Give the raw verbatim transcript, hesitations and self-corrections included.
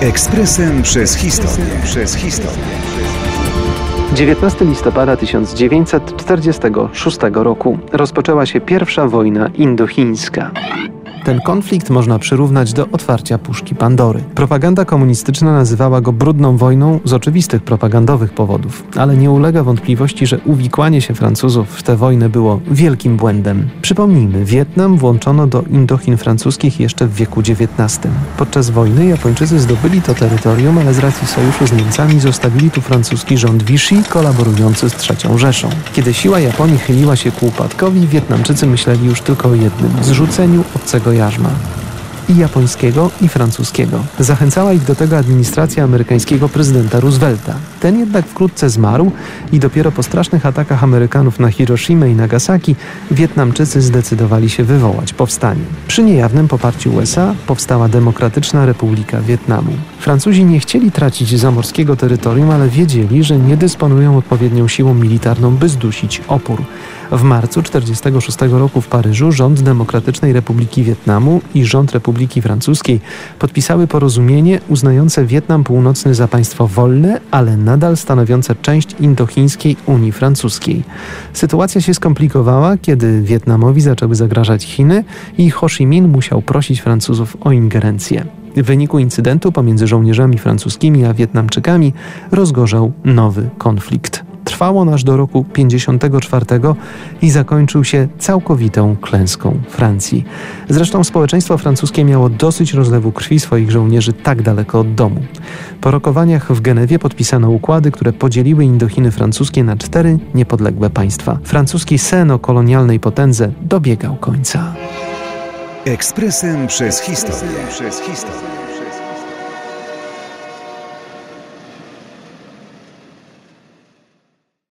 Ekspresem przez historię. Przez historię. dziewiętnastego listopada tysiąc dziewięćset czterdziestego szóstego roku rozpoczęła się pierwsza wojna indochińska. Ten konflikt można przyrównać do otwarcia puszki Pandory. Propaganda komunistyczna nazywała go brudną wojną z oczywistych propagandowych powodów, ale nie ulega wątpliwości, że uwikłanie się Francuzów w tę wojnę było wielkim błędem. Przypomnijmy, Wietnam włączono do Indochin francuskich jeszcze w wieku dziewiętnastym. Podczas wojny Japończycy zdobyli to terytorium, ale z racji sojuszu z Niemcami zostawili tu francuski rząd Vichy, kolaborujący z trzecią Rzeszą. Kiedy siła Japonii chyliła się ku upadkowi, Wietnamczycy myśleli już tylko o jednym – zrzuceniu obcego jarzma. I japońskiego, i francuskiego. Zachęcała ich do tego administracja amerykańskiego prezydenta Roosevelta. Ten jednak wkrótce zmarł i dopiero po strasznych atakach Amerykanów na Hiroshimę i Nagasaki Wietnamczycy zdecydowali się wywołać powstanie. Przy niejawnym poparciu U S A powstała Demokratyczna Republika Wietnamu. Francuzi nie chcieli tracić zamorskiego terytorium, ale wiedzieli, że nie dysponują odpowiednią siłą militarną, by zdusić opór. W marcu tysiąc dziewięćset czterdziestego szóstego roku w Paryżu rząd Demokratycznej Republiki Wietnamu i rząd Republiki Francuskiej podpisały porozumienie uznające Wietnam Północny za państwo wolne, ale nadal stanowiące część Indochińskiej Unii Francuskiej. Sytuacja się skomplikowała, kiedy Wietnamowi zaczęły zagrażać Chiny i Ho Chi Minh musiał prosić Francuzów o ingerencję. W wyniku incydentu pomiędzy żołnierzami francuskimi a Wietnamczykami rozgorzał nowy konflikt. Trwał on aż do roku pięćdziesiątego czwartego i zakończył się całkowitą klęską Francji. Zresztą społeczeństwo francuskie miało dosyć rozlewu krwi swoich żołnierzy tak daleko od domu. Po rokowaniach w Genewie podpisano układy, które podzieliły Indochiny francuskie na cztery niepodległe państwa. Francuski sen o kolonialnej potędze dobiegał końca. Ekspresem przez historię. Przez historię.